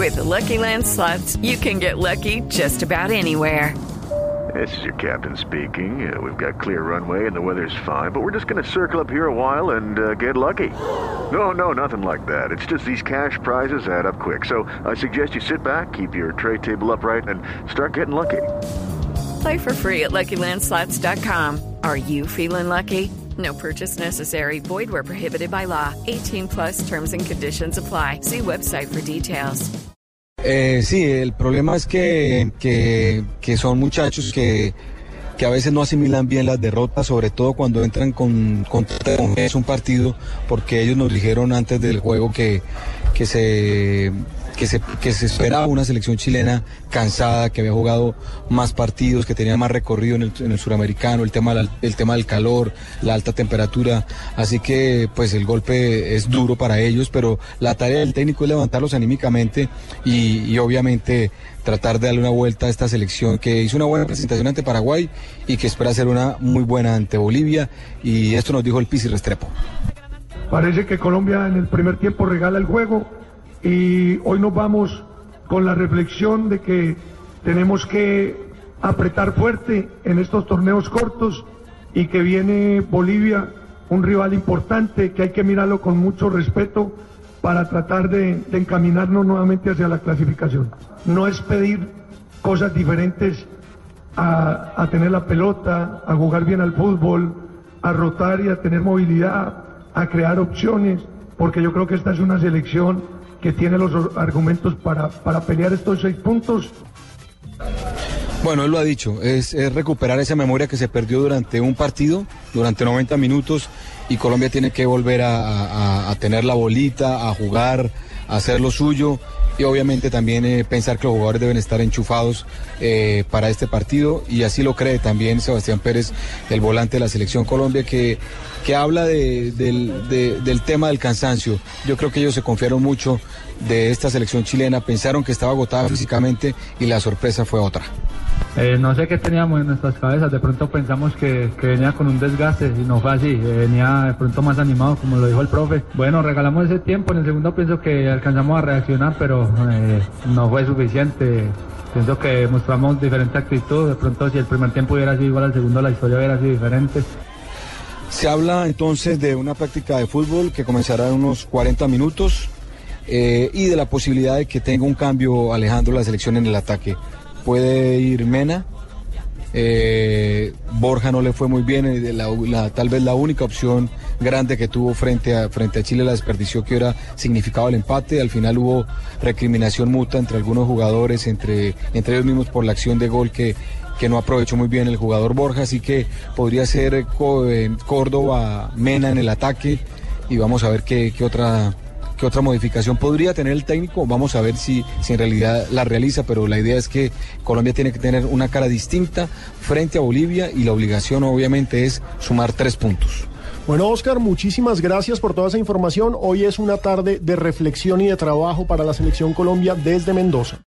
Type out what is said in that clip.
With the Lucky Land Slots, you can get lucky just about anywhere. This is your captain speaking. We've got clear runway and the weather's fine, but we're just going to circle up here a while and get lucky. No, nothing like that. It's just these cash prizes add up quick. So I suggest you sit back, keep your tray table upright, and start getting lucky. Play for free at LuckyLandSlots.com. Are you feeling lucky? No purchase necessary. Void where prohibited by law. 18 plus terms and conditions apply. See website for details. Sí, el problema es que son muchachos que a veces no asimilan bien las derrotas, sobre todo cuando entran con es un partido, porque ellos nos dijeron antes del juego que se esperaba una selección chilena cansada, que había jugado más partidos, que tenía más recorrido en el suramericano, el tema del calor, la alta temperatura, así que pues el golpe es duro para ellos, pero la tarea del técnico es levantarlos anímicamente y obviamente tratar de darle una vuelta a esta selección que hizo una buena presentación ante Paraguay y que espera hacer una muy buena ante Bolivia, y esto nos dijo el Pizzi Restrepo. Parece que Colombia en el primer tiempo regala el juego, y hoy nos vamos con la reflexión de que tenemos que apretar fuerte en estos torneos cortos y que viene Bolivia, un rival importante que hay que mirarlo con mucho respeto para tratar de encaminarnos nuevamente hacia la clasificación. No es pedir cosas diferentes a tener la pelota, a jugar bien al fútbol, a rotar y a tener movilidad, a crear opciones, porque yo creo que esta es una selección que tiene los argumentos para pelear estos 6 puntos. Bueno, él lo ha dicho, es recuperar esa memoria que se perdió durante un partido, durante 90 minutos, y Colombia tiene que volver a tener la bolita, a jugar, a hacer lo suyo, y obviamente también pensar que los jugadores deben estar enchufados para este partido, y así lo cree también Sebastián Pérez, el volante de la Selección Colombia, que habla del tema del cansancio. Yo creo que ellos se confiaron mucho de esta selección chilena, pensaron que estaba agotada físicamente y la sorpresa fue otra. No sé qué teníamos en nuestras cabezas, de pronto pensamos que venía con un desgaste y no fue así, venía de pronto más animado, como lo dijo el profe. Bueno, regalamos ese tiempo, en el segundo pienso que alcanzamos a reaccionar, pero no fue suficiente. Pienso que mostramos diferente actitud, de pronto si el primer tiempo hubiera sido igual al segundo, la historia hubiera sido diferente. Se habla entonces de una práctica de fútbol que comenzará en unos 40 minutos y de la posibilidad de que tenga un cambio Alejandro la selección en el ataque. Puede ir Mena, Borja no le fue muy bien, tal vez la única opción grande que tuvo frente a Chile la desperdició, que hubiera significado el empate. Al final hubo recriminación mutua entre algunos jugadores, entre ellos mismos por la acción de gol que no aprovechó muy bien el jugador Borja, así que podría ser Córdoba, Mena en el ataque, y vamos a ver qué otra modificación podría tener el técnico. Vamos a ver si en realidad la realiza, pero la idea es que Colombia tiene que tener una cara distinta frente a Bolivia, y la obligación obviamente es sumar 3 puntos. Bueno, Oscar, muchísimas gracias por toda esa información. Hoy es una tarde de reflexión y de trabajo para la Selección Colombia desde Mendoza.